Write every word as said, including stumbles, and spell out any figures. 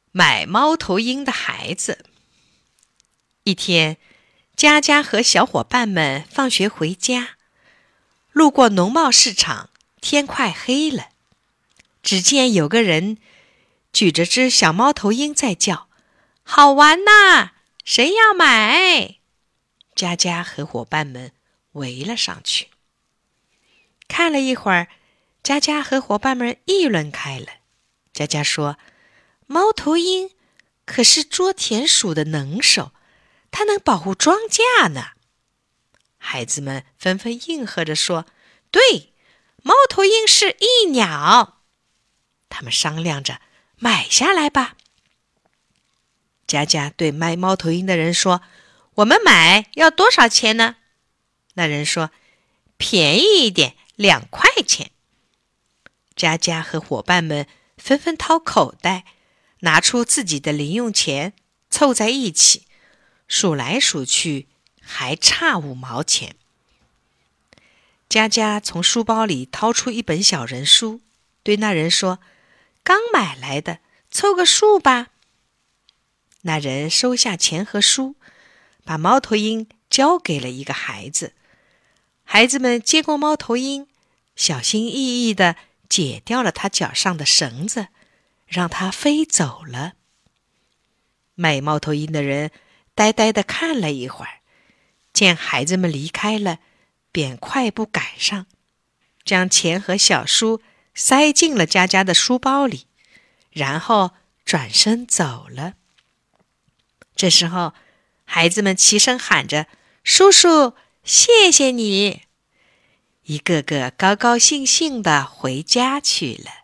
买猫头鹰的孩子。一天，佳佳和小伙伴们放学回家，路过农贸市场，天快黑了。只见有个人举着只小猫头鹰在叫：好玩呐，谁要买？佳佳和伙伴们围了上去。看了一会儿，佳佳和伙伴们议论开了。佳佳说：猫头鹰可是捉田鼠的能手，它能保护庄稼呢。孩子们纷纷应和着说：对，猫头鹰是益鸟。他们商量着买下来吧。佳佳对卖猫头鹰的人说：我们买要多少钱呢？那人说：便宜一点，两块钱。佳佳和伙伴们纷纷掏口袋，拿出自己的零用钱，凑在一起，数来数去，还差五毛钱。佳佳从书包里掏出一本小人书，对那人说：刚买来的，凑个数吧。那人收下钱和书，把猫头鹰交给了一个孩子。孩子们接过猫头鹰，小心翼翼地解掉了它脚上的绳子，让它飞走了。卖猫头鹰的人呆呆地看了一会儿，见孩子们离开了，便快步赶上，将钱和小书塞进了佳佳的书包里，然后转身走了。这时候，孩子们齐声喊着：叔叔，谢谢你！一个个高高兴兴地回家去了。